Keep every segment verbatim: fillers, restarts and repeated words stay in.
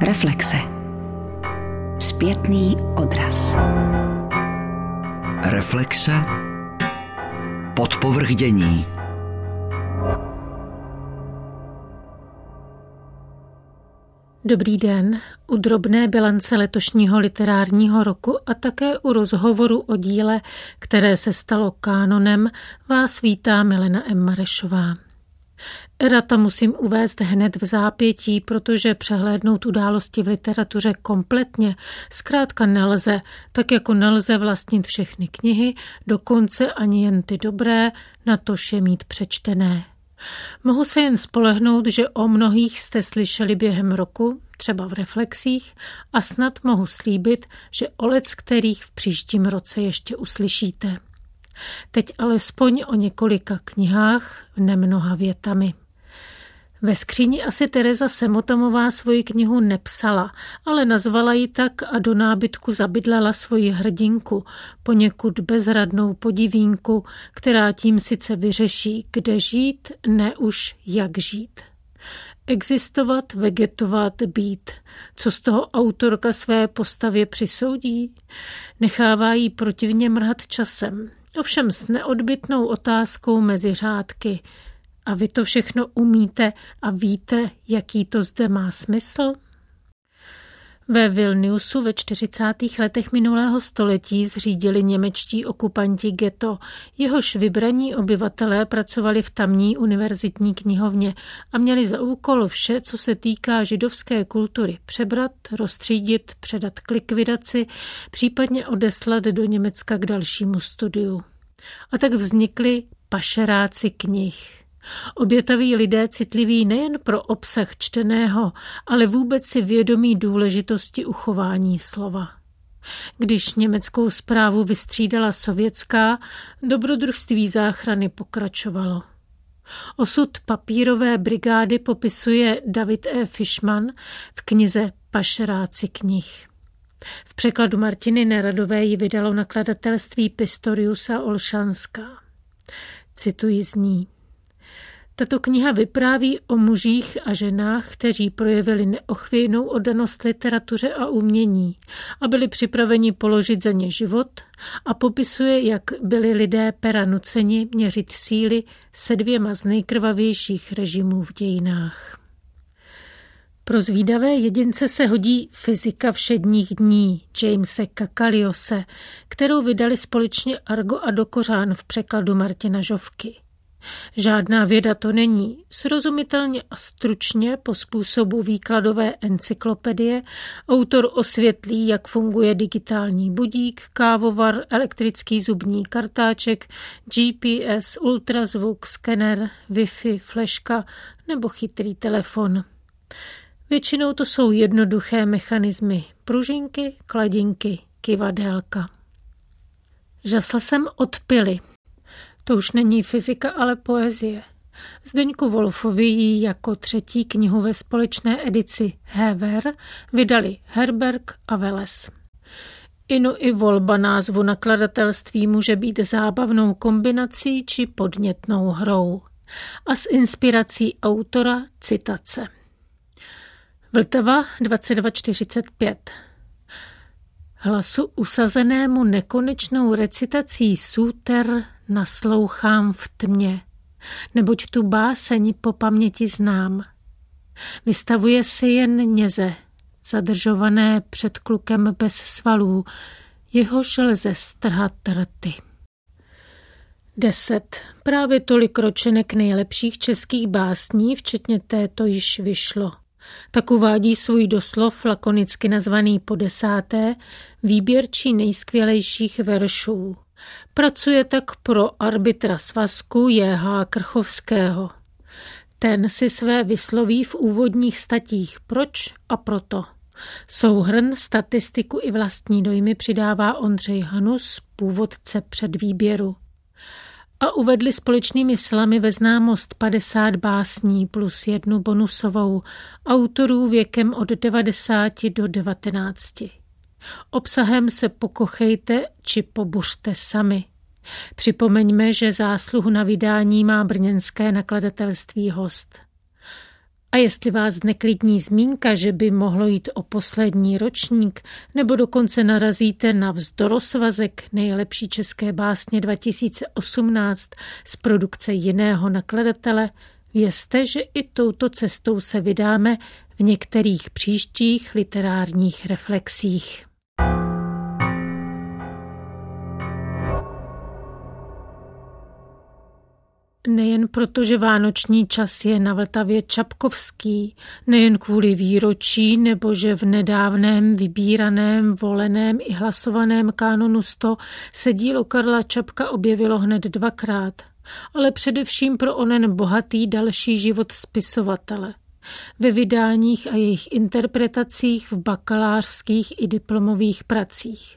Reflexe. Zpětný odraz. Reflexe. Podpovrchdění. Dobrý den. U drobné bilance letošního literárního roku a také u rozhovoru o díle, které se stalo kánonem, vás vítá Milena M. Marešová. Errata musím uvést hned v zápětí, protože přehlédnout události v literatuře kompletně zkrátka nelze, tak jako nelze vlastnit všechny knihy, dokonce ani jen ty dobré, natož je mít přečtené. Mohu se jen spolehnout, že o mnohých jste slyšeli během roku, třeba v reflexích, a snad mohu slíbit, že o leckterých v příštím roce ještě uslyšíte. Teď alespoň o několika knihách, nemnoha větami. Ve skříni asi Tereza Semotamová svoji knihu nepsala, ale nazvala ji tak a do nábytku zabydlela svoji hrdinku, poněkud bezradnou podivínku, která tím sice vyřeší, kde žít, ne už jak žít. Existovat, vegetovat, být. Co z toho autorka své postavě přisoudí? Nechává jí protivně mrhat časem. Ovšem s neodbytnou otázkou mezi řádky. A vy to všechno umíte a víte, jaký to zde má smysl? Ve Vilniusu ve čtyřicátých letech minulého století zřídili němečtí okupanti ghetto, jehož vybraní obyvatelé pracovali v tamní univerzitní knihovně a měli za úkol vše, co se týká židovské kultury, přebrat, rozstřídit, předat k likvidaci, případně odeslat do Německa k dalšímu studiu. A tak vznikli pašeráci knih. Obětaví lidé citliví nejen pro obsah čteného, ale vůbec si vědomí důležitosti uchování slova. Když německou správu vystřídala sovětská, dobrodružství záchrany pokračovalo. Osud papírové brigády popisuje David E. Fischman v knize Pašeráci knih. V překladu Martiny Neradové ji vydalo nakladatelství Pistorius a Olšanská. Cituji z ní. Tato kniha vypráví o mužích a ženách, kteří projevili neochvějnou oddanost literatuře a umění a byli připraveni položit za ně život a popisuje, jak byli lidé pera nuceni měřit síly se dvěma z nejkrvavějších režimů v dějinách. Pro zvídavé jedince se hodí Fyzika všedních dní Jamese Kakaliose, kterou vydali společně Argo a Dokořán v překladu Martina Žovky. Žádná věda to není. Srozumitelně a stručně po způsobu výkladové encyklopedie autor osvětlí, jak funguje digitální budík, kávovar, elektrický zubní kartáček, G P S, ultrazvuk, skener, Wi-Fi, fleška nebo chytrý telefon. Většinou to jsou jednoduché mechanismy. Pružinky, kladinky, kyvadélka. Žasl jsem od pily. To už není fyzika, ale poezie. Zdeňku Wolfovi ji jako třetí knihu ve společné edici Hever vydali Herberg a Veles. Inu i volba názvu nakladatelství může být zábavnou kombinací či podnětnou hrou. A s inspirací autora citace. Vltava dvacet dva čtyřicet pět. Hlasu usazenému nekonečnou recitací súter naslouchám v tmě, neboť tu báseň po paměti znám. Vystavuje se jen něze, zadržované před klukem bez svalů, jehož lze strhat rty. deset. Právě tolik ročenek nejlepších českých básní, včetně této již vyšlo. Tak uvádí svůj doslov lakonicky nazvaný po desáté výběrčí nejskvělejších veršů. Pracuje tak pro arbitra svazku J H Krchovského. Ten si své vysloví v úvodních statích proč a proto. Souhrn, statistiku i vlastní dojmy přidává Ondřej Hanus, původce předvýběru. A uvedli společnými silami ve známost padesát básní plus jednu bonusovou autorů věkem od devadesáti do devatenácti. Obsahem se pokochejte či pobuřte sami. Připomeňme, že zásluhu na vydání má brněnské nakladatelství Host. A jestli vás zneklidní zmínka, že by mohlo jít o poslední ročník, nebo dokonce narazíte na Vzdorosvazek nejlepší české básně dva tisíce osmnáct z produkce jiného nakladatele, vězte, že i touto cestou se vydáme v některých příštích literárních reflexích. Nejen proto, že vánoční čas je na Vltavě čapkovský, nejen kvůli výročí, nebo že v nedávném vybíraném, voleném i hlasovaném kánonu sto se dílo Karla Čapka objevilo hned dvakrát, ale především pro onen bohatý další život spisovatele. Ve vydáních a jejich interpretacích v bakalářských i diplomových pracích.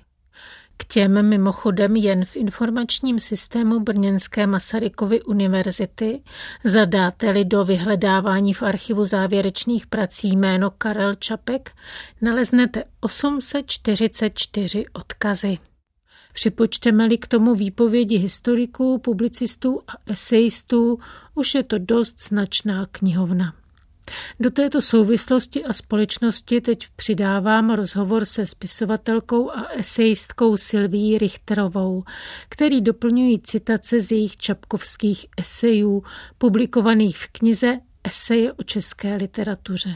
K těm mimochodem jen v informačním systému brněnské Masarykovy univerzity zadáte-li do vyhledávání v archivu závěrečných prací jméno Karel Čapek, naleznete osm set čtyřicet čtyři odkazy. Připočteme-li k tomu výpovědi historiků, publicistů a esejistů, už je to dost značná knihovna. Do této souvislosti a společnosti teď přidávám rozhovor se spisovatelkou a esejistkou Sylvií Richterovou, který doplňují citace z jejich čapkovských esejů, publikovaných v knize Eseje o české literatuře.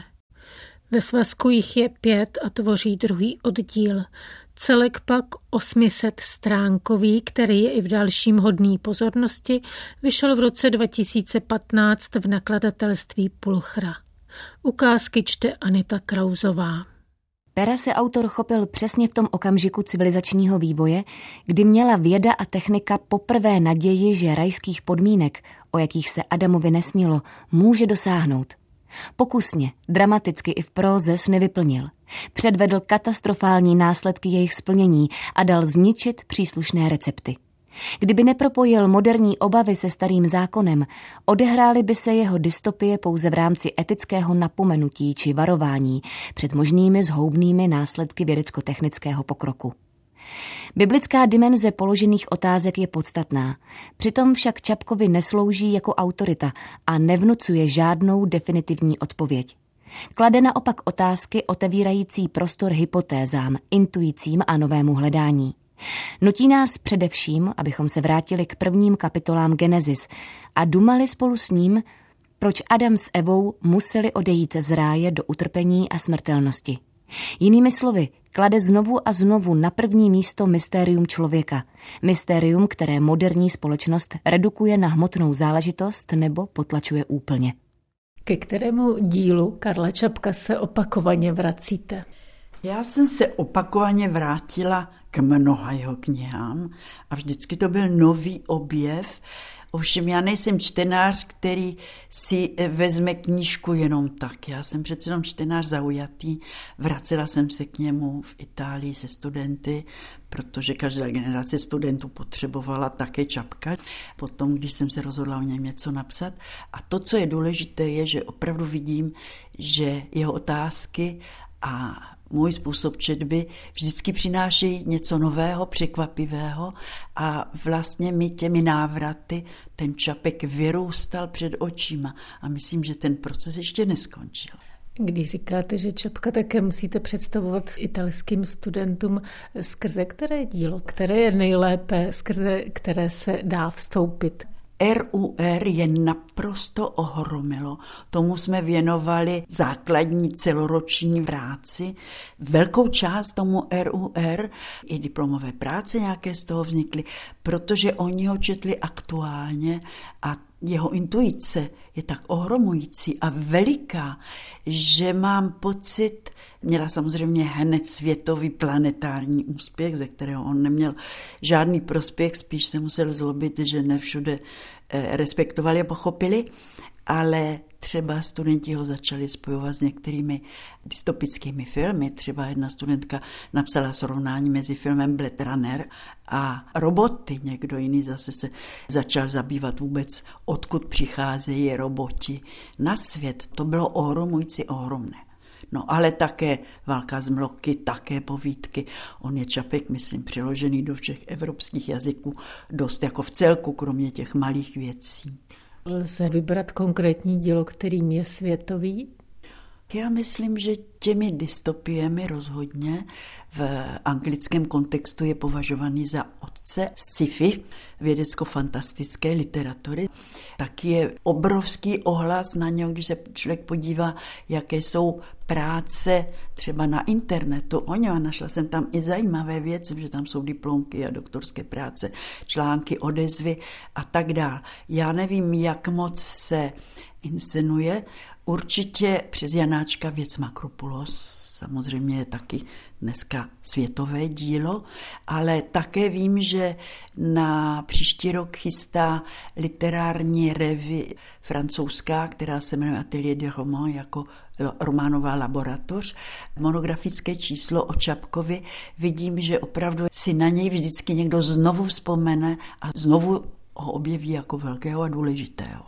Ve svazku jich je pět a tvoří druhý oddíl. Celek pak osmiset stránkový, který je i v dalším hodný pozornosti, vyšel v roce dva tisíce patnáct v nakladatelství Pulchra. Ukázky čte Anita Krauzová. Pera se autor chopil přesně v tom okamžiku civilizačního vývoje, kdy měla věda a technika poprvé naději, že rajských podmínek, o jakých se Adamovi nesnilo, může dosáhnout. Pokusně, dramaticky i v próze sny vyplnil. Předvedl katastrofální následky jejich splnění a dal zničit příslušné recepty. Kdyby nepropojil moderní obavy se starým zákonem, odehrály by se jeho dystopie pouze v rámci etického napomenutí či varování před možnými zhoubnými následky vědecko-technického pokroku. Biblická dimenze položených otázek je podstatná, přitom však Čapkovi neslouží jako autorita a nevnucuje žádnou definitivní odpověď. Klade naopak otázky otevírající prostor hypotézám, intuicím a novému hledání. Nutí nás především, abychom se vrátili k prvním kapitolám Genesis a dumali spolu s ním, proč Adam s Evou museli odejít z ráje do utrpení a smrtelnosti. Jinými slovy, klade znovu a znovu na první místo mystérium člověka. Mystérium, které moderní společnost redukuje na hmotnou záležitost nebo potlačuje úplně. Ke kterému dílu Karla Čapka se opakovaně vracíte? Já jsem se opakovaně vrátila k mnoha jeho knihám a vždycky to byl nový objev. Ovšem já nejsem čtenář, který si vezme knížku jenom tak. Já jsem přece jenom čtenář zaujatý. Vracela jsem se k němu v Itálii se studenty, protože každá generace studentů potřebovala také Čapka. Potom, když jsem se rozhodla o něm něco napsat. A to, co je důležité, je, že opravdu vidím, že jeho otázky a můj způsob četby vždycky přinášejí něco nového, překvapivého a vlastně mi těmi návraty ten Čapek vyrůstal před očima a myslím, že ten proces ještě neskončil. Když říkáte, že Čapka také musíte představovat italským studentům, skrze které dílo, které je nejlépe, skrze které se dá vstoupit? R U R je naprosto ohromilo. Tomu jsme věnovali základní celoroční práci. Velkou část tomu R U R, i diplomové práce nějaké z toho vznikly, protože oni ho četli aktuálně a jeho intuice je tak ohromující a veliká, že mám pocit, měla samozřejmě hned světový planetární úspěch, ze kterého on neměl žádný prospěch, spíš se musel zlobit, že nevšude respektovali a pochopili, ale třeba studenti ho začali spojovat s některými dystopickými filmy. Třeba jedna studentka napsala srovnání mezi filmem Blade Runner a Roboty. Někdo jiný zase se začal zabývat vůbec, odkud přicházejí roboti na svět. To bylo ohromující, ohromné. No ale také Válka z mloky, také povídky. On je Čapek, myslím, přeložený do všech evropských jazyků dost jako v celku, kromě těch malých věcí. Lze vybrat konkrétní dílo, kterým je světový? Já myslím, že těmi dystopiemi rozhodně v anglickém kontextu je považovaný za otce sci-fi, vědecko-fantastické literatury. Tak je obrovský ohlas na něj, když se člověk podívá, jaké jsou práce třeba na internetu. O něm našla jsem tam i zajímavé věci, že tam jsou diplomky a doktorské práce, články, odezvy a tak dál. Já nevím, jak moc se inscenuje. Určitě přes Janáčka Věc Makropulos, samozřejmě je taky dneska světové dílo, ale také vím, že na příští rok chystá literární revue francouzská, která se jmenuje Atelier de Roman, jako románová laboratoř. Monografické číslo o Čapkovi. Vidím, že opravdu si na něj vždycky někdo znovu vzpomene a znovu ho objeví jako velkého a důležitého.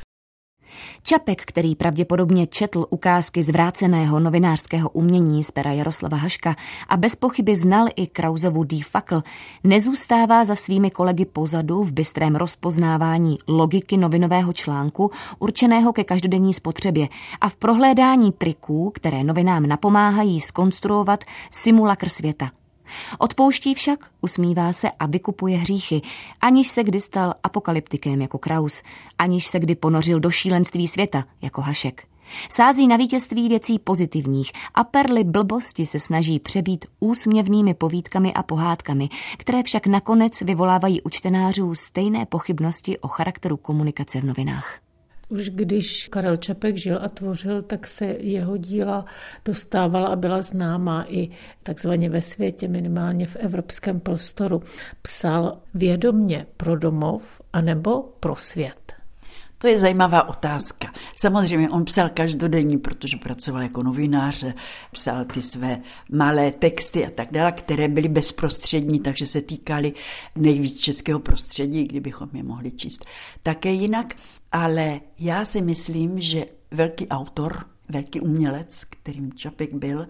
Čapek, který pravděpodobně četl ukázky zvráceného novinářského umění z pera Jaroslava Haška a bez pochyby znal i Krausovu Die Fackel, nezůstává za svými kolegy pozadu v bystrém rozpoznávání logiky novinového článku určeného ke každodenní spotřebě a v prohlédání triků, které novinám napomáhají zkonstruovat simulakr světa. Odpouští však, usmívá se a vykupuje hříchy, aniž se kdy stal apokalyptikem jako Kraus, aniž se kdy ponořil do šílenství světa jako Hašek. Sází na vítězství věcí pozitivních a perly blbosti se snaží přebít úsměvnými povídkami a pohádkami, které však nakonec vyvolávají u čtenářů stejné pochybnosti o charakteru komunikace v novinách. Už když Karel Čapek žil a tvořil, tak se jeho díla dostávala a byla známá i takzvaně ve světě, minimálně v evropském prostoru. Psal vědomně pro domov anebo pro svět? To je zajímavá otázka. Samozřejmě on psal každodenní, protože pracoval jako novinář, psal ty své malé texty a tak dále, které byly bezprostřední, takže se týkaly nejvíc českého prostředí, kdybychom je mohli číst také jinak. Ale já si myslím, že velký autor, velký umělec, kterým Čapek byl,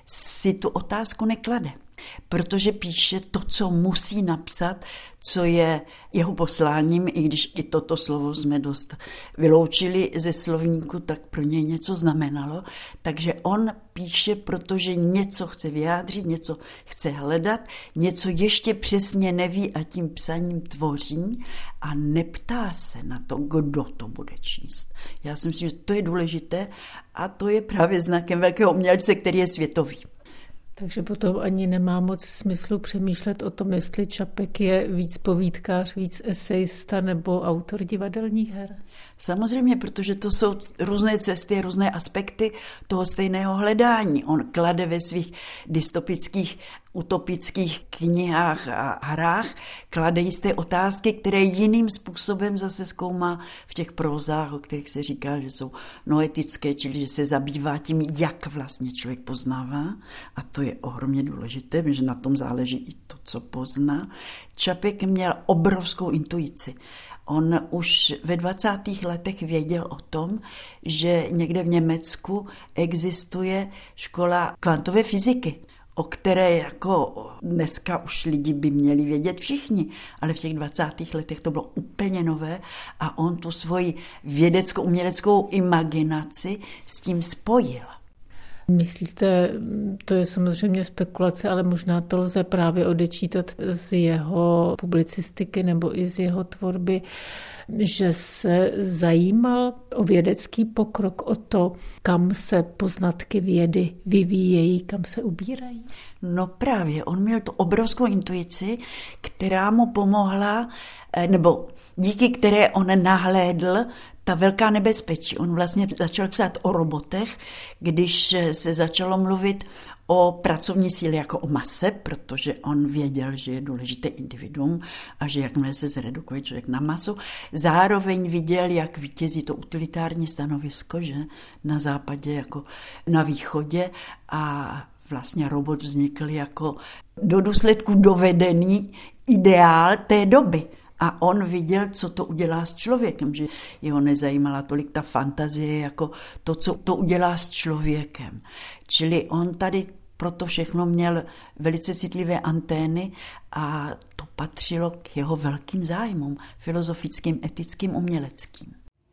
si tu otázku neklade. Protože píše to, co musí napsat, co je jeho posláním, i když i toto slovo jsme dost vyloučili ze slovníku, tak pro něj něco znamenalo. Takže on píše, protože něco chce vyjádřit, něco chce hledat, něco ještě přesně neví a tím psaním tvoří a neptá se na to, kdo to bude číst. Já si myslím, že to je důležité a to je právě znakem velkého umělce, který je světový. Takže potom ani nemá moc smyslu přemýšlet o tom, jestli Čapek je víc povídkář, víc esejista nebo autor divadelních her. Samozřejmě, protože to jsou různé cesty, různé aspekty toho stejného hledání. On klade ve svých dystopických, utopických knihách a hrách, klade jisté otázky, které jiným způsobem zase zkoumá v těch prózách, o kterých se říká, že jsou noetické, čili že se zabývá tím, jak vlastně člověk poznává. A to je ohromně důležité, že na tom záleží i to, co pozná. Čapek měl obrovskou intuici. On už ve dvacátých letech věděl o tom, že někde v Německu existuje škola kvantové fyziky, o které jako dneska už lidi by měli vědět všichni, ale v těch dvacátých letech to bylo úplně nové a on tu svoji vědecko-uměleckou imaginaci s tím spojil. Myslíte, to je samozřejmě spekulace, ale možná to lze právě odečítat z jeho publicistiky nebo i z jeho tvorby, že se zajímal o vědecký pokrok, o to, kam se poznatky vědy vyvíjejí, kam se ubírají? No právě, on měl tu obrovskou intuici, která mu pomohla, nebo díky které on nahlédl ta velká nebezpečí. On vlastně začal psát o robotech, když se začalo mluvit o pracovní síle jako o mase, protože on věděl, že je důležité individuum a že jakmile se zredukuje člověk na masu. Zároveň viděl, jak vítězí to utilitární stanovisko, že na západě jako na východě a vlastně robot vznikl jako do důsledku dovedený ideál té doby. A on viděl, co to udělá s člověkem, že jeho nezajímala tolik ta fantazie, jako to, co to udělá s člověkem. Čili on tady proto všechno měl velice citlivé antény a to patřilo k jeho velkým zájmům, filozofickým, etickým, uměleckým.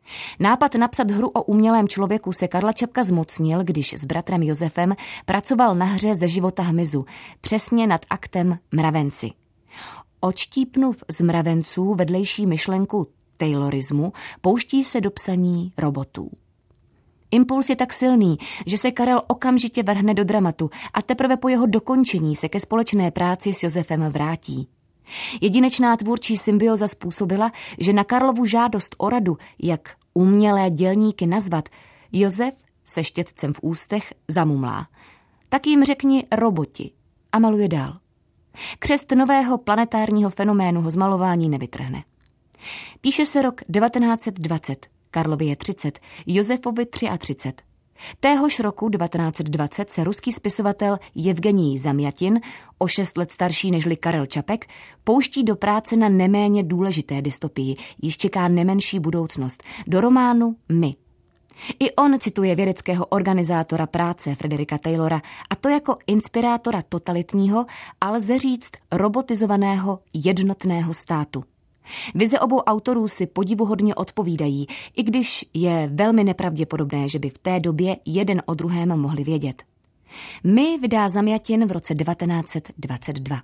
Nápad napsat hru o umělém člověku se Karla Čapka zmocnil, když s bratrem Josefem pracoval na hře Ze života hmyzu, přesně nad aktem Mravenci. Odštípnuv z mravenců vedlejší myšlenku taylorismu, pouští se do psaní robotů. Impuls je tak silný, že se Karel okamžitě vrhne do dramatu a teprve po jeho dokončení se ke společné práci s Josefem vrátí. Jedinečná tvůrčí symbioza způsobila, že na Karlovu žádost o radu, jak umělé dělníky nazvat, Josef se štětcem v ústech zamumlá. Tak jim řekni roboti a maluje dál. Křest nového planetárního fenoménu ho z malování nevytrhne. Píše se rok devatenáct set dvacet, Karlovi je třicet, Josefovi třicet tři. Téhož roku devatenáct set dvacet se ruský spisovatel Jevgenij Zamjatin, o šest let starší nežli Karel Čapek, pouští do práce na neméně důležité dystopii, již čeká nemenší budoucnost, do románu My. I on cituje vědeckého organizátora práce Frederika Taylora, a to jako inspirátora totalitního, a lze říct robotizovaného jednotného státu. Vize obou autorů si podivuhodně odpovídají, i když je velmi nepravděpodobné, že by v té době jeden o druhém mohli vědět. My vydá Zamjatin v roce devatenáct set dvacet dva.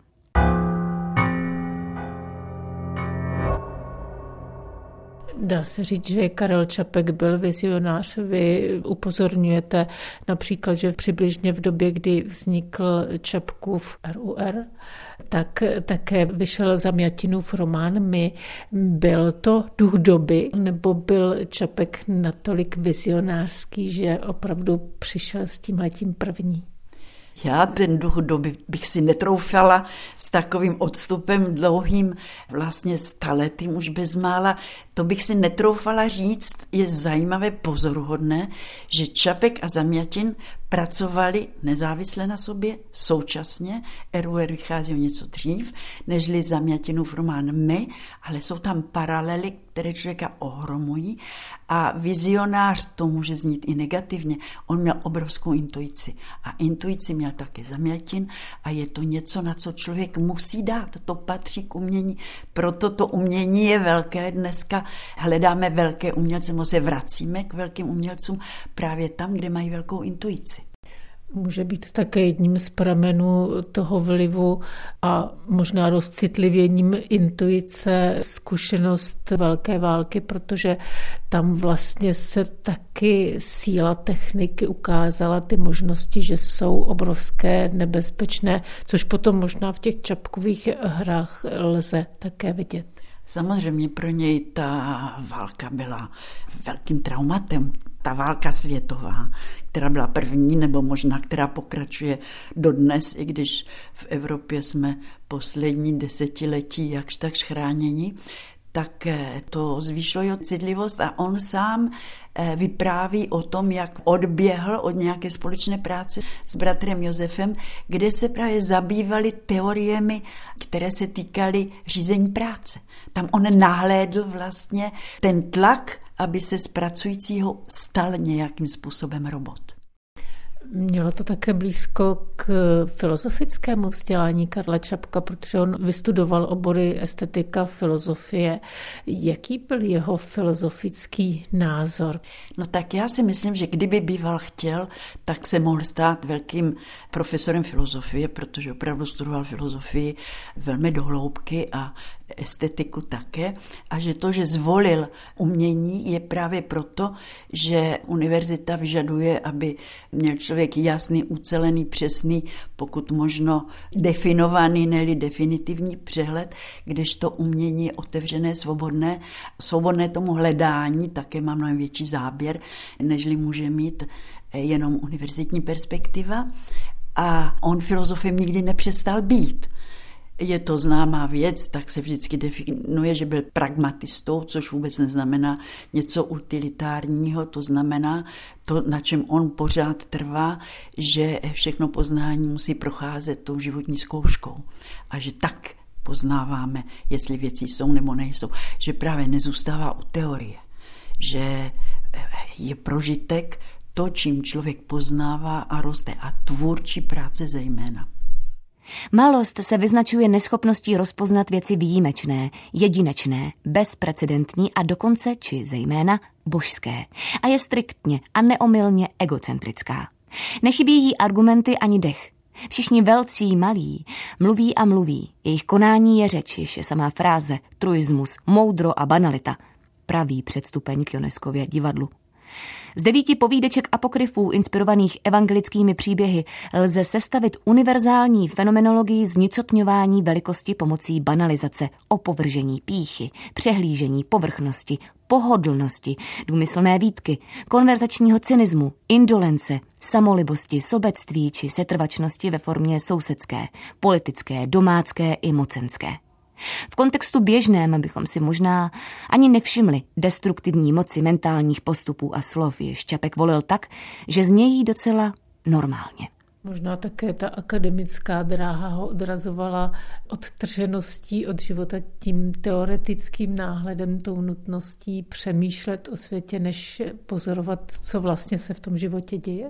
Dá se říct, že Karel Čapek byl vizionář. Vy upozorňujete například, že přibližně v době, kdy vznikl Čapkův R U R, tak také vyšel Zamjatinův román My. Byl to duch doby, nebo byl Čapek natolik vizionářský, že opravdu přišel s tímhletím první? Já ten duch doby bych si netroufala s takovým odstupem dlouhým, vlastně staletým už bezmála, to bych si netroufala říct. Je zajímavé, pozoruhodné, že Čapek a Zamjatin pracovali nezávisle na sobě, současně. R U R vychází o něco dřív, nežli Zamjatinův román My, ale jsou tam paralely, které člověka ohromují, a vizionář, to může znít i negativně, on měl obrovskou intuici a intuici měl také Zamjatin a je to něco, na co člověk musí dát, to patří k umění, proto to umění je velké dneska, hledáme velké umělce, my se vracíme k velkým umělcům právě tam, kde mají velkou intuici. Může být také jedním z pramenů toho vlivu a možná rozcitlivěním intuice zkušenost velké války, protože tam vlastně se taky síla techniky ukázala, ty možnosti, že jsou obrovské, nebezpečné, což potom možná v těch Čapkových hrách lze také vidět. Samozřejmě pro něj ta válka byla velkým traumatem. Ta válka světová, která byla první, nebo možná která pokračuje dodnes, i když v Evropě jsme poslední desetiletí jakž takž chráněni, tak to zvýšilo jeho citlivost a on sám vypráví o tom, jak odběhl od nějaké společné práce s bratrem Josefem, kde se právě zabývali teoriemi, které se týkaly řízení práce. Tam on nahlédl vlastně ten tlak, aby se z pracujícího stal nějakým způsobem robot. Mělo to také blízko k filozofickému vzdělání Karla Čapka, protože on vystudoval obory estetika, filozofie. Jaký byl jeho filozofický názor? No tak já si myslím, že kdyby býval chtěl, tak se mohl stát velkým profesorem filozofie, protože opravdu studoval filozofii velmi do hloubky a estetiku také, a že to, že zvolil umění, je právě proto, že univerzita vyžaduje, aby měl člověk jasný, ucelený, přesný, pokud možno definovaný, ne-li definitivní přehled, kdežto umění je otevřené, svobodné, svobodné tomu hledání, také má mnohem větší záběr, nežli může mít jenom univerzitní perspektiva, a on filozofem nikdy nepřestal být. Je to známá věc, tak se vždycky definuje, že byl pragmatistou, což vůbec neznamená něco utilitárního, to znamená to, na čem on pořád trvá, že všechno poznání musí procházet tou životní zkouškou a že tak poznáváme, jestli věci jsou nebo nejsou, že právě nezůstává u teorie, že je prožitek to, čím člověk poznává a roste, a tvůrčí práce zejména. Malost se vyznačuje neschopností rozpoznat věci výjimečné, jedinečné, bezprecedentní a dokonce, či zejména, božské. A je striktně a neomylně egocentrická. Nechybí jí argumenty ani dech. Všichni velcí, malí, mluví a mluví. Jejich konání je řeč, jež je samá fráze, truismus, moudro a banalita. Pravý předstupeň k Ionescově divadlu. Z devíti povídeček apokryfů inspirovaných evangelickými příběhy lze sestavit univerzální fenomenologii znicotňování velikosti pomocí banalizace, opovržení pýchy, přehlížení povrchnosti, pohodlnosti, důmyslné výtky, konverzačního cynismu, indolence, samolibosti, sobectví či setrvačnosti ve formě sousedské, politické, domácké i mocenské. V kontextu běžném bychom si možná ani nevšimli destruktivní moci mentálních postupů a slov, jež Čapek volil tak, že znějí docela normálně. Možná také ta akademická dráha ho odrazovala od tržeností od života tím teoretickým náhledem, tou nutností přemýšlet o světě, než pozorovat, co vlastně se v tom životě děje?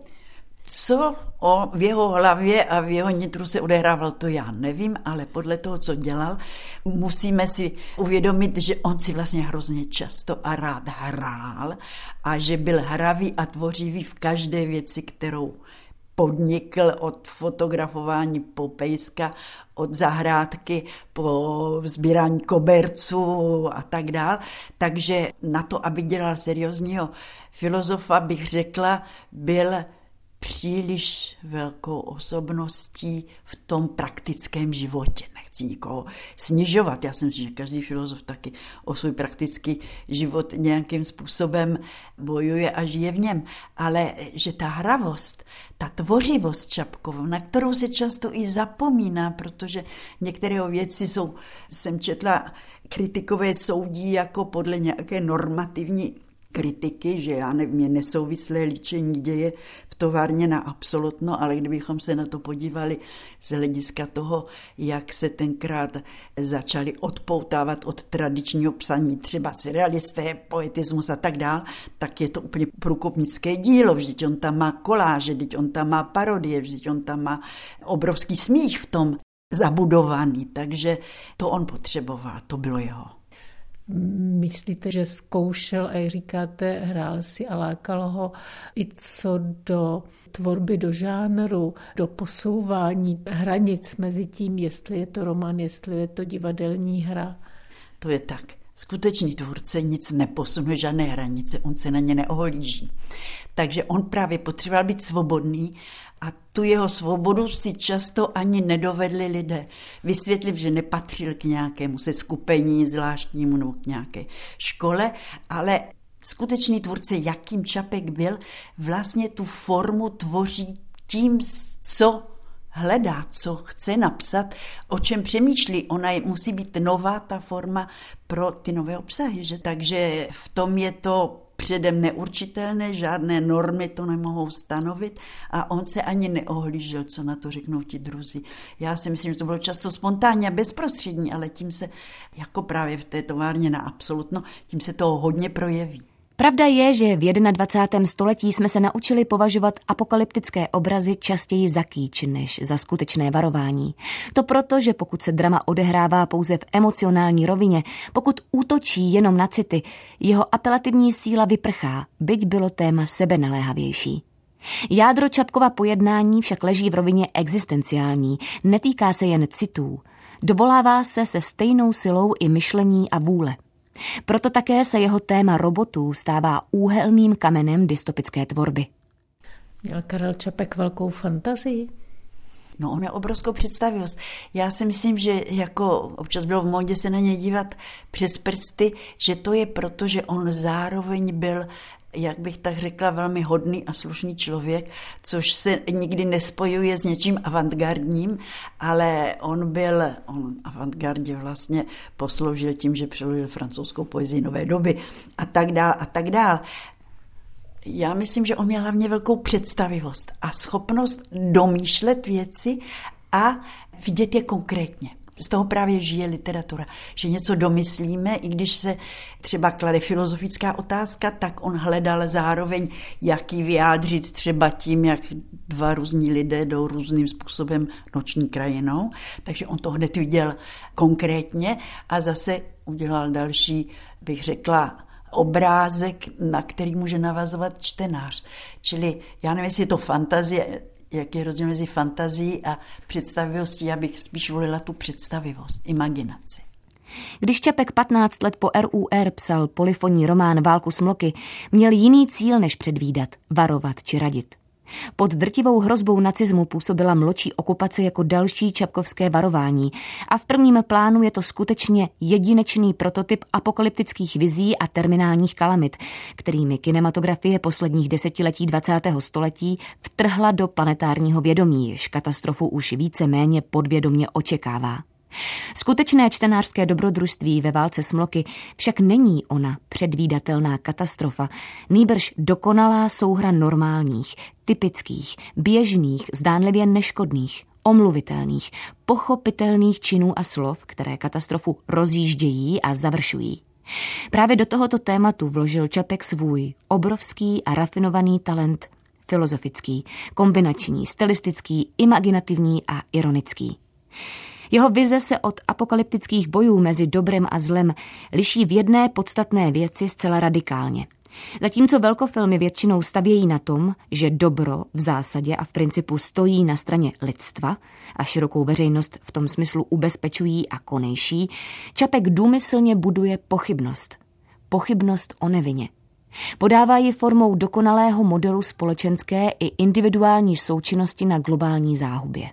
Co o, v jeho hlavě a v jeho nitru se odehrávalo, to já nevím, ale podle toho, co dělal, musíme si uvědomit, že on si vlastně hrozně často a rád hrál a že byl hravý a tvořivý v každé věci, kterou podnikl, od fotografování po pejska, od zahrádky po sbírání koberců a tak dál. Takže na to, aby dělal seriózního filozofa, bych řekla, byl příliš velkou osobností v tom praktickém životě. Nechci nikoho snižovat. Já si myslím, že každý filozof taky o svůj praktický život nějakým způsobem bojuje a žije v něm. Ale že ta hravost, ta tvořivost Čapkova, na kterou se často i zapomíná, protože některé věci jsou, jsem četla, kritikové soudí jako podle nějaké normativní kritiky, že já nevím, je nesouvislé líčení děje v továrně na absolutno, ale kdybychom se na to podívali z hlediska toho, jak se tenkrát začali odpoutávat od tradičního psaní, třeba surrealisté, poetismus a tak dál, tak je to úplně průkopnické dílo, vždyť on tam má koláže, vždyť on tam má parodie, vždyť on tam má obrovský smích v tom zabudovaný, takže to on potřeboval, to bylo jeho. Myslíte, že zkoušel, a jak říkáte, hrál si a lákal ho i co do tvorby, do žánru, do posouvání hranic mezi tím, jestli je to román, jestli je to divadelní hra? To je tak. Skutečný tvůrce nic neposunuje, žádné hranice, on se na ně neohlíží. Takže on právě potřeboval být svobodný a tu jeho svobodu si často ani nedovedli lidé vysvětlit, že nepatřil k nějakému seskupení zvláštnímu nebo k nějaké škole, ale skutečný tvůrce, jakým Čapek byl, vlastně tu formu tvoří tím, co hledá, co chce napsat, o čem přemýšlí. Ona je, musí být nová ta forma pro ty nové obsahy, že? Takže v tom je to předem neurčitelné, žádné normy to nemohou stanovit a on se ani neohlížel, co na to řeknou ti druzí. Já si myslím, že to bylo často spontánně a bezprostřední, ale tím se, jako právě v té továrně na absolutno, tím se toho hodně projeví. Pravda je, že v dvacátém prvním století jsme se naučili považovat apokalyptické obrazy častěji za kýč, než za skutečné varování. To proto, že pokud se drama odehrává pouze v emocionální rovině, pokud útočí jenom na city, jeho apelativní síla vyprchá, byť bylo téma sebenaléhavější. Jádro Čapkova pojednání však leží v rovině existenciální, netýká se jen citů. Dovolává se se stejnou silou i myšlení a vůle. Proto také se jeho téma robotů stává úhelným kamenem dystopické tvorby. Měl Karel Čapek velkou fantazii? No, on je obrovskou představivost. Já si myslím, že jako občas bylo v módě se na ně dívat přes prsty, že to je proto, že on zároveň byl, jak bych tak řekla, velmi hodný a slušný člověk, což se nikdy nespojuje s něčím avantgardním, ale on byl, on avantgardě vlastně posloužil tím, že přeložil francouzskou poezii nové doby a tak dál a tak dál. Já myslím, že on měl hlavně velkou představivost a schopnost domýšlet věci a vidět je konkrétně. Z toho právě žije literatura, že něco domyslíme, i když se třeba klade filozofická otázka, tak on hledal zároveň, jak ji vyjádřit třeba tím, jak dva různí lidé jdou různým způsobem noční krajinou, takže on to hned viděl konkrétně a zase udělal další, bych řekla, obrázek, na který může navazovat čtenář. Čili já nevím, jestli je to fantazie, jak je rozdíl mezi fantazií a představivostí, já bych spíš volila tu představivost, imaginaci. Když Čapek patnáct let po R U R psal polyfonní román Válku smloky, měl jiný cíl než předvídat, varovat či radit. Pod drtivou hrozbou nacismu působila mlčí okupace jako další čapkovské varování a v prvním plánu je to skutečně jedinečný prototyp apokalyptických vizí a terminálních kalamit, kterými kinematografie posledních desetiletí dvacátého století vtrhla do planetárního vědomí, jež katastrofu už více-méně podvědomě očekává. Skutečné čtenářské dobrodružství ve Válce smloky však není ona předvídatelná katastrofa, nýbrž dokonalá souhra normálních, typických, běžných, zdánlivě neškodných, omluvitelných, pochopitelných činů a slov, které katastrofu rozjíždějí a završují. Právě do tohoto tématu vložil Čapek svůj obrovský a rafinovaný talent, filozofický, kombinační, stylistický, imaginativní a ironický. Jeho vize se od apokalyptických bojů mezi dobrem a zlem liší v jedné podstatné věci zcela radikálně. Zatímco velkofilmy většinou stavějí na tom, že dobro v zásadě a v principu stojí na straně lidstva a širokou veřejnost v tom smyslu ubezpečují a konejší, Čapek důmyslně buduje pochybnost. Pochybnost o nevině. Podává ji formou dokonalého modelu společenské i individuální součinnosti na globální záhubě.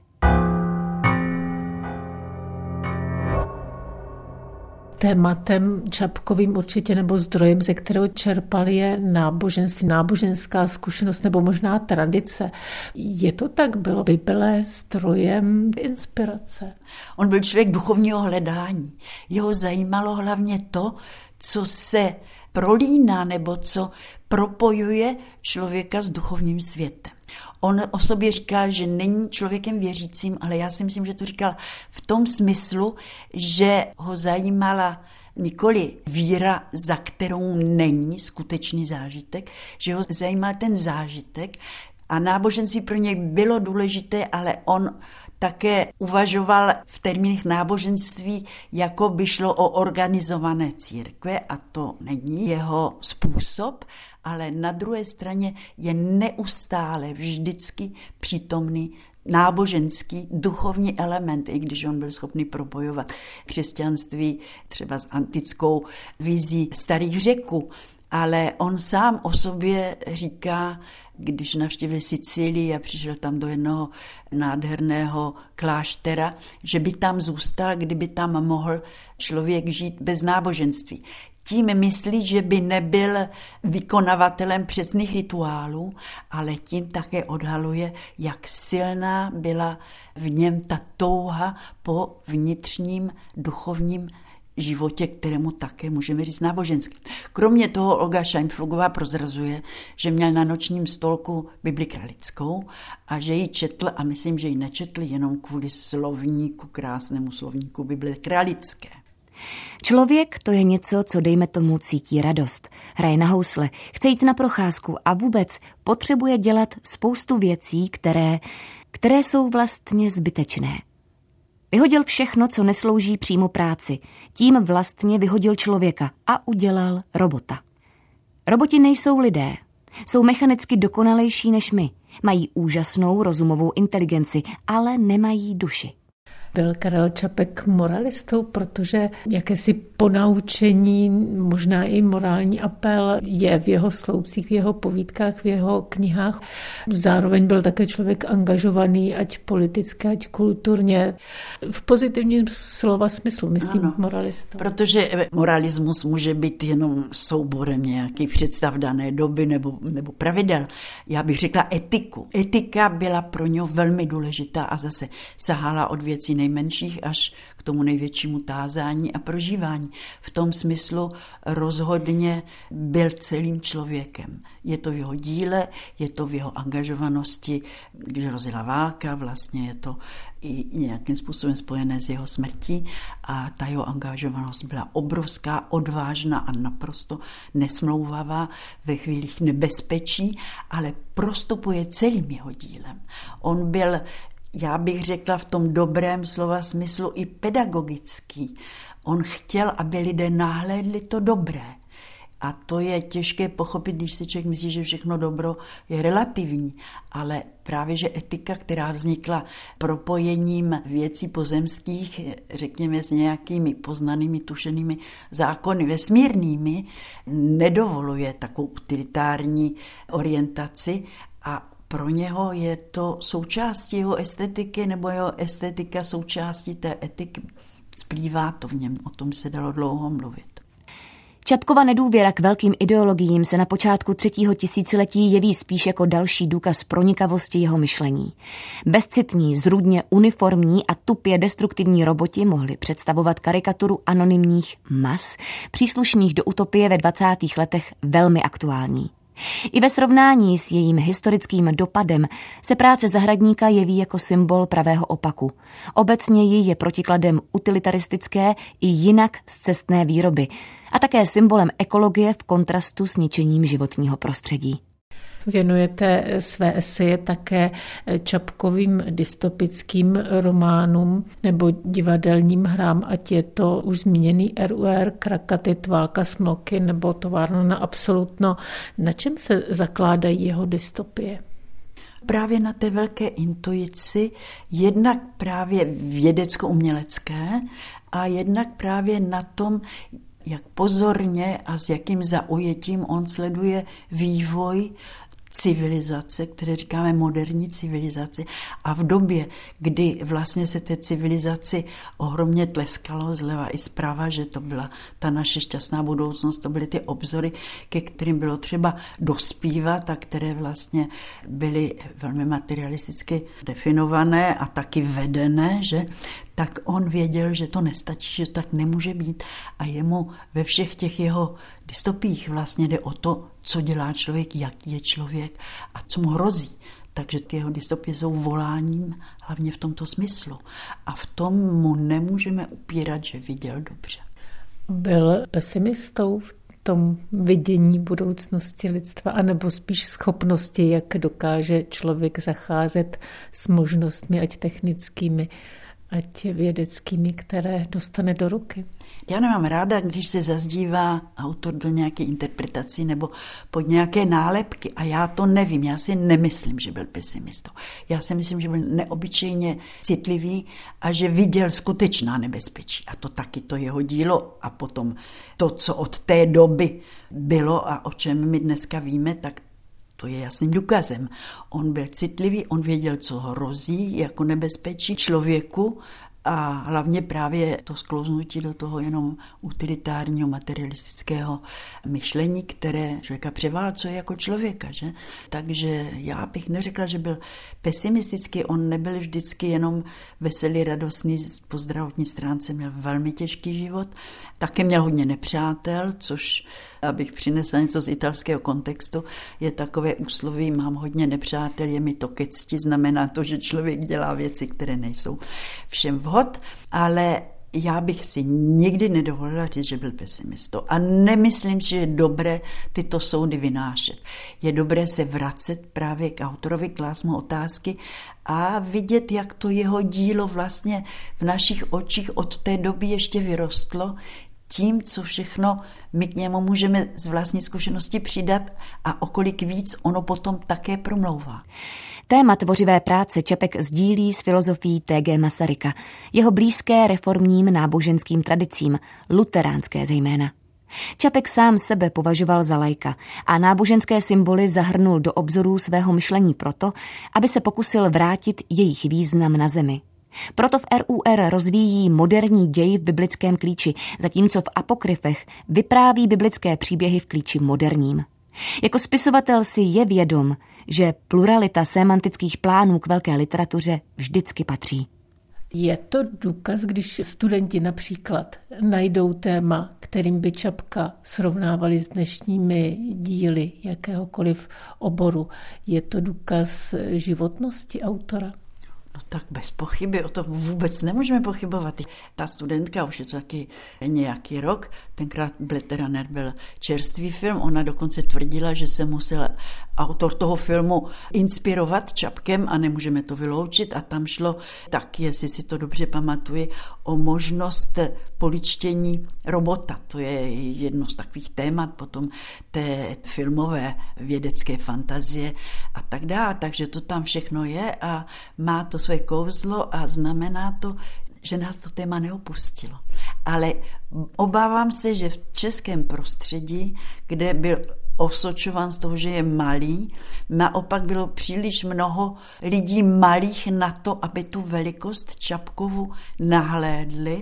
Tématem Čapkovým určitě nebo zdrojem, ze kterého čerpal, je náboženství, náboženská zkušenost nebo možná tradice. Je to tak? Bylo Bible zdrojem inspirace? On byl člověk duchovního hledání. Jeho zajímalo hlavně to, co se prolíná nebo co propojuje člověka s duchovním světem. On o sobě říkal, že není člověkem věřícím, ale já si myslím, že to říkal v tom smyslu, že ho zajímala nikoli víra, za kterou není skutečný zážitek, že ho zajímal ten zážitek a náboženství pro něj bylo důležité, ale on také uvažoval v termínech náboženství, jako by šlo o organizované církve a to není jeho způsob, ale na druhé straně je neustále vždycky přítomný náboženský, duchovní element, i když on byl schopný propojovat křesťanství třeba s antickou vizí starých Řeků. Ale on sám o sobě říká, když navštívil Sicílii a přišel tam do jednoho nádherného kláštera, že by tam zůstal, kdyby tam mohl člověk žít bez náboženství. Tím myslí, že by nebyl vykonavatelem přesných rituálů, ale tím také odhaluje, jak silná byla v něm ta touha po vnitřním duchovním životě, kterému také můžeme říct náboženský. Kromě toho Olga Scheinpflugová prozrazuje, že měl na nočním stolku Bibli kralickou a že ji četl, a myslím, že ji nečetl jenom kvůli slovníku, krásnému slovníku Bible kralické. Člověk to je něco, co dejme tomu cítí radost, hraje na housle, chce jít na procházku a vůbec potřebuje dělat spoustu věcí, které, které jsou vlastně zbytečné. Vyhodil všechno, co neslouží přímo práci. Tím vlastně vyhodil člověka a udělal robota. Roboti nejsou lidé. Jsou mechanicky dokonalejší než my. Mají úžasnou rozumovou inteligenci, ale nemají duši. Byl Karel Čapek moralistou, protože jakési ponaučení, možná i morální apel je v jeho sloupcích, v jeho povídkách, v jeho knihách. Zároveň byl také člověk angažovaný, ať politicky, ať kulturně. V pozitivním slova smyslu, myslím, ano, moralistou. Protože moralismus může být jenom souborem nějakých představ dané doby nebo, nebo pravidel. Já bych řekla etiku. Etika byla pro něho velmi důležitá a zase sahala od věcí nejmenších až k tomu největšímu tázání a prožívání. V tom smyslu rozhodně byl celým člověkem. Je to v jeho díle, je to v jeho angažovanosti, když hrozila válka, vlastně je to i nějakým způsobem spojené s jeho smrtí a ta jeho angažovanost byla obrovská, odvážná a naprosto nesmlouvavá ve chvílích nebezpečí, ale prostupuje celým jeho dílem. On byl, já bych řekla v tom dobrém slova smyslu, i pedagogický. On chtěl, aby lidé nahlédli to dobré. A to je těžké pochopit, když si člověk myslí, že všechno dobro je relativní, ale právě, že etika, která vznikla propojením věcí pozemských, řekněme s nějakými poznanými, tušenými zákony vesmírnými, nedovoluje takovou utilitární orientaci a pro něho je to součástí jeho estetiky, nebo jeho estetika součástí té etiky. Splývá to v něm, o tom se dalo dlouho mluvit. Čapkova nedůvěra k velkým ideologiím se na počátku třetího tisíciletí jeví spíš jako další důkaz pronikavosti jeho myšlení. Bezcitní, zrůdně uniformní a tupě destruktivní roboti mohli představovat karikaturu anonymních mas, příslušných do utopie ve dvacátých letech velmi aktuální. I ve srovnání s jejím historickým dopadem se práce Zahradníka jeví jako symbol pravého opaku. Obecněji je protikladem utilitaristické i jinak scestné výroby a také symbolem ekologie v kontrastu s ničením životního prostředí. Věnujete své eseje také Čapkovým dystopickým románům nebo divadelním hrám, ať je to už zmíněný R U R, Krakatit, Válka Smloky nebo Továrna na absolutno. Na čem se zakládají jeho dystopie? Právě na té velké intuici, jednak právě vědecko-umělecké a jednak právě na tom, jak pozorně a s jakým zaujetím on sleduje vývoj civilizace, které říkáme moderní civilizaci. A v době, kdy vlastně se té civilizaci ohromně tleskalo zleva i zprava, že to byla ta naše šťastná budoucnost, to byly ty obzory, ke kterým bylo třeba dospívat a které vlastně byly velmi materialisticky definované a taky vedené, že tak on věděl, že to nestačí, že to tak nemůže být a jemu ve všech těch jeho dystopiích vlastně jde o to, co dělá člověk, jaký je člověk a co mu hrozí. Takže ty jeho dystopie jsou voláním hlavně v tomto smyslu. A v tom mu nemůžeme upírat, že viděl dobře. Byl pesimistou v tom vidění budoucnosti lidstva, anebo spíš schopnosti, jak dokáže člověk zacházet s možnostmi, ať technickými, ať vědeckými, které dostane do ruky? Já nemám ráda, když se zazdívá autor do nějaké interpretací nebo pod nějaké nálepky a já to nevím, já si nemyslím, že byl pesimistou. Já si myslím, že byl neobyčejně citlivý a že viděl skutečná nebezpečí a to taky to jeho dílo a potom to, co od té doby bylo a o čem my dneska víme, tak to je jasným důkazem. On byl citlivý, on věděl, co hrozí jako nebezpečí člověku a hlavně právě to sklouznutí do toho jenom utilitárního, materialistického myšlení, které člověka převálcuje jako člověka. Že? Takže já bych neřekla, že byl pesimistický, on nebyl vždycky jenom veselý, radostný, po zdravotní stránce měl velmi těžký život, také měl hodně nepřátel, což, abych přinesla něco z italského kontextu, je takové úsloví, mám hodně nepřátel, je mi to ke cti, znamená to, že člověk dělá věci, které nejsou všem vhod, ale já bych si nikdy nedovolila říct, že byl pesimistou. A nemyslím si, že je dobré tyto soudy vynášet. Je dobré se vracet právě k autorovi, klást mu otázky a vidět, jak to jeho dílo vlastně v našich očích od té doby ještě vyrostlo, tím, co všechno my k němu můžeme z vlastní zkušenosti přidat a okolik víc ono potom také promlouvá. Téma tvořivé práce Čapek sdílí s filozofií T G Masaryka, jeho blízké reformním náboženským tradicím, luteránské zejména. Čapek sám sebe považoval za laika a náboženské symboly zahrnul do obzorů svého myšlení proto, aby se pokusil vrátit jejich význam na zemi. Proto v R U R rozvíjí moderní děj v biblickém klíči, zatímco v apokryfech vypráví biblické příběhy v klíči moderním. Jako spisovatel si je vědom, že pluralita sémantických plánů k velké literatuře vždycky patří. Je to důkaz, když studenti například najdou téma, kterým by Čapka srovnávali s dnešními díly jakéhokoliv oboru. Je to důkaz životnosti autora? No tak bez pochyby, o tom vůbec nemůžeme pochybovat. Ta studentka, už je to taky nějaký rok, tenkrát Blade Runner byl čerstvý film, ona dokonce tvrdila, že se musel autor toho filmu inspirovat Čapkem a nemůžeme to vyloučit a tam šlo tak, jestli si to dobře pamatuji, o možnost poličtění robota. To je jedno z takových témat potom té filmové vědecké fantazie a tak dále, takže to tam všechno je a má to své kouzlo a znamená to, že nás to téma neopustilo. Ale obávám se, že v českém prostředí, kde byl osočován z toho, že je malý, naopak bylo příliš mnoho lidí malých na to, aby tu velikost Čapkovu nahlédli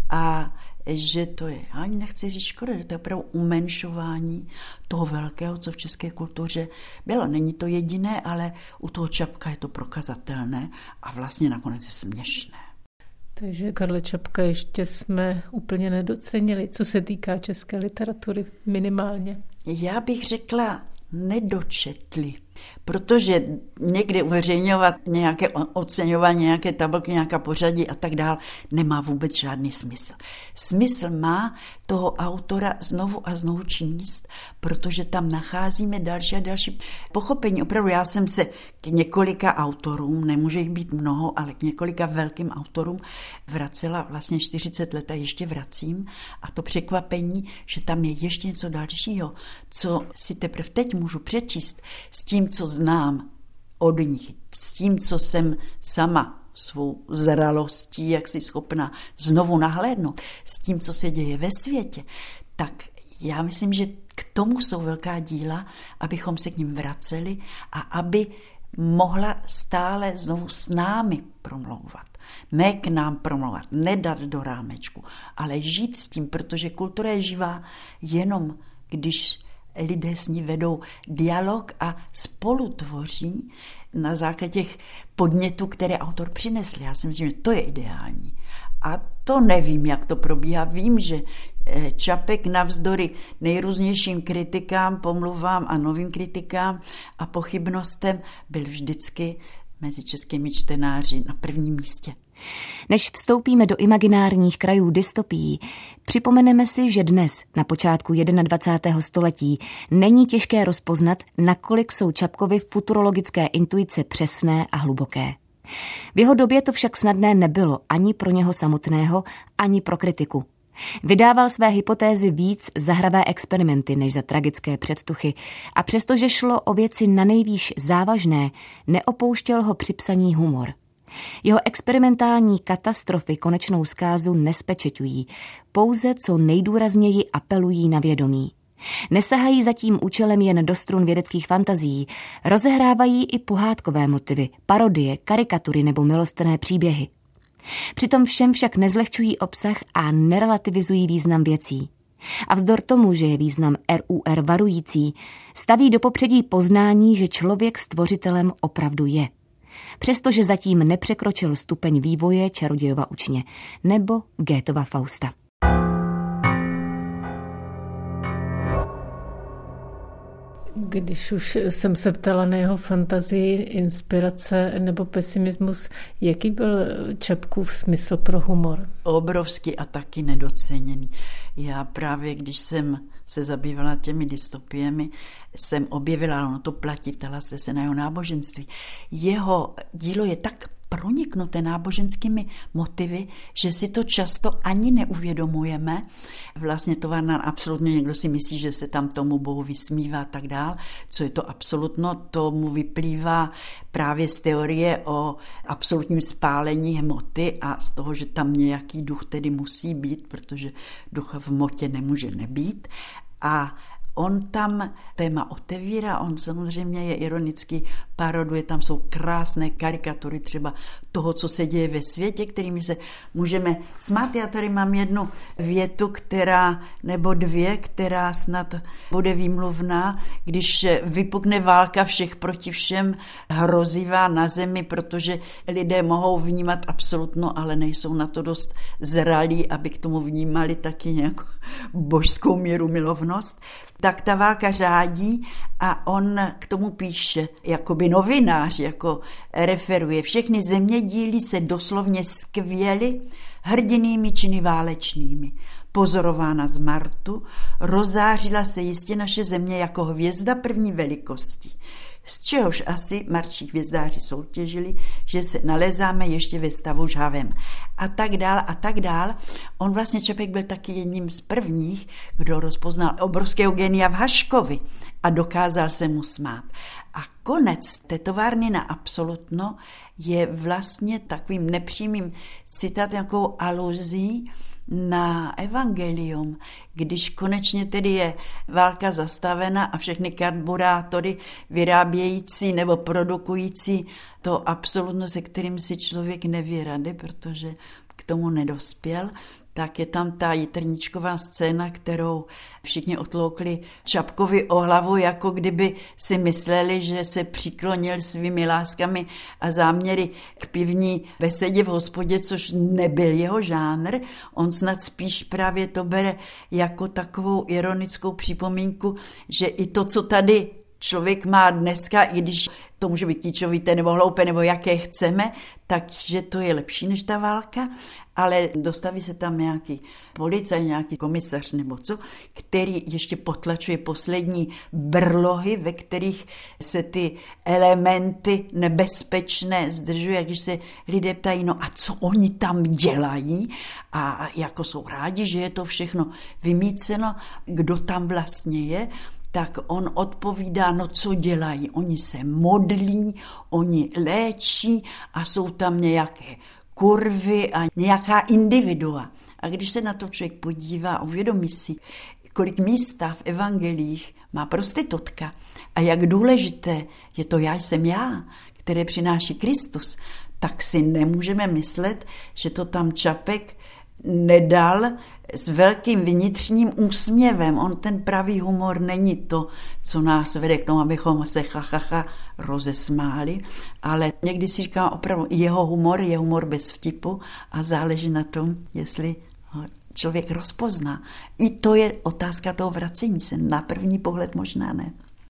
a že to je, ani nechci říct škoda, že to je opravdu umenšování toho velkého, co v české kultuře bylo. Není to jediné, ale u toho Čapka je to prokazatelné a vlastně nakonec je směšné. Takže Karle Čapka ještě jsme úplně nedocenili, co se týká české literatury minimálně. Já bych řekla nedočetli, protože někde uveřejňovat nějaké oceňování, nějaké tabulky, nějaká pořadí a tak dál nemá vůbec žádný smysl. Smysl má toho autora znovu a znovu číst, protože tam nacházíme další a další pochopení. Opravdu já jsem se k několika autorům, nemůže jich být mnoho, ale k několika velkým autorům vracela vlastně čtyřicet let a ještě vracím a to překvapení, že tam je ještě něco dalšího, co si teprve teď můžu přečíst s tím, co znám od nich, s tím, co jsem sama svou zralostí, jak si schopná znovu nahlédnout, s tím, co se děje ve světě, tak já myslím, že k tomu jsou velká díla, abychom se k nim vraceli a aby mohla stále znovu s námi promlouvat. Ne k nám promlouvat, nedat do rámečku, ale žít s tím, protože kultura je živá jenom, když lidé s ní vedou dialog a spolutvoří na základě těch podnětů, které autor přinesl. Já si myslím, že to je ideální. A to nevím, jak to probíhá. Vím, že Čapek navzdory nejrůznějším kritikám, pomluvám a novým kritikám a pochybnostem byl vždycky mezi českými čtenáři na prvním místě. Než vstoupíme do imaginárních krajů dystopií, připomeneme si, že dnes, na počátku dvacátého prvního století, není těžké rozpoznat, nakolik jsou Čapkovy futurologické intuice přesné a hluboké. V jeho době to však snadné nebylo ani pro něho samotného, ani pro kritiku. Vydával své hypotézy víc za hravé experimenty než za tragické předtuchy a přestože šlo o věci nanejvýš závažné, neopouštěl ho při psaní humor. Jeho experimentální katastrofy konečnou zkázu nespečeťují, pouze co nejdůrazněji apelují na vědomí. Nesahají za tím účelem jen do strun vědeckých fantazií, rozehrávají i pohádkové motivy, parodie, karikatury nebo milostné příběhy. Přitom všem však nezlehčují obsah a nerelativizují význam věcí. A vzdor tomu, že je význam R U R varující, staví do popředí poznání, že člověk stvořitelem opravdu je. Přestože zatím nepřekročil stupeň vývoje Čarodějova učně nebo Goethova Fausta. Když už jsem se ptala na jeho fantazii, inspirace nebo pesimismus, jaký byl Čapkův smysl pro humor? Obrovský a taky nedoceněný. Já právě, když jsem se zabývala těmi dystopiemi, jsem objevila, ono to platí, ptala jste se na jeho náboženství. Jeho dílo je tak proniknuté náboženskými motivy, že si to často ani neuvědomujeme. Vlastně to vám absolutně někdo si myslí, že se tam tomu Bohu vysmívá a tak dál. Co je to absolutno, tomu vyplývá právě z teorie o absolutním spálení hmoty a z toho, že tam nějaký duch tedy musí být, protože duch v hmotě nemůže nebýt. A on tam téma otevírá, on samozřejmě je ironický, paroduje, tam jsou krásné karikatury třeba toho, co se děje ve světě, kterými se můžeme smát. Já tady mám jednu větu, která, nebo dvě, která snad bude výmluvná, když vypukne válka všech proti všem, hrozivá na zemi, protože lidé mohou vnímat absolutno, ale nejsou na to dost zralí, aby k tomu vnímali taky nějakou božskou míru milovnost, tak ta válka řádí a on k tomu píše, jakoby novinář, jako referuje. Všechny zemědíly se doslovně skvěly hrdinými činy válečnými. Pozorována z Martu, rozářila se jistě naše země jako hvězda první velikosti. Z čehož asi marčí hvězdáři soutěžili, že se nalézáme ještě ve stavu žhavém. A tak dál, a tak dál. On vlastně Čapek byl taky jedním z prvních, kdo rozpoznal obrovského genia v Haškovi a dokázal se mu smát. A konec té továrny na absolutno je vlastně takovým nepřímým citátem, takovou aluzí na evangelium, když konečně tedy je válka zastavena a všechny karburátory vyrábějící nebo produkující to absolutno, se kterým si člověk neví rady, protože k tomu nedospěl, tak je tam ta jitrničková scéna, kterou všichni otloukli Čapkovi o hlavu, jako kdyby si mysleli, že se přiklonil svými láskami a záměry k pivní besedě v hospodě, což nebyl jeho žánr. On snad spíš právě to bere jako takovou ironickou připomínku, že i to, co tady člověk má dneska, i když to může být kýčovité nebo hloupé, nebo jaké chceme, takže to je lepší než ta válka, ale dostaví se tam nějaký policaj, nějaký komisař nebo co, který ještě potlačuje poslední brlohy, ve kterých se ty elementy nebezpečné zdržují, a když se lidé ptají, no a co oni tam dělají, a jako jsou rádi, že je to všechno vymýceno, kdo tam vlastně je, tak on odpovídá, no co dělají, oni se modlí, oni léčí a jsou tam nějaké kurvy a nějaká individua. A když se na to člověk podívá, uvědomí si, kolik místa v evangelích má prostitutka a jak důležité je to já jsem já, které přináší Kristus, tak si nemůžeme myslet, že to tam Čapek nedal s velkým vnitřním úsměvem. On ten pravý humor není to, co nás vede k tomu, abychom se chachacha rozesmáli, ale někdy si říkám opravdu, jeho humor je humor bez vtipu a záleží na tom, jestli ho člověk rozpozná. I to je otázka toho vracení se. Na první pohled možná ne.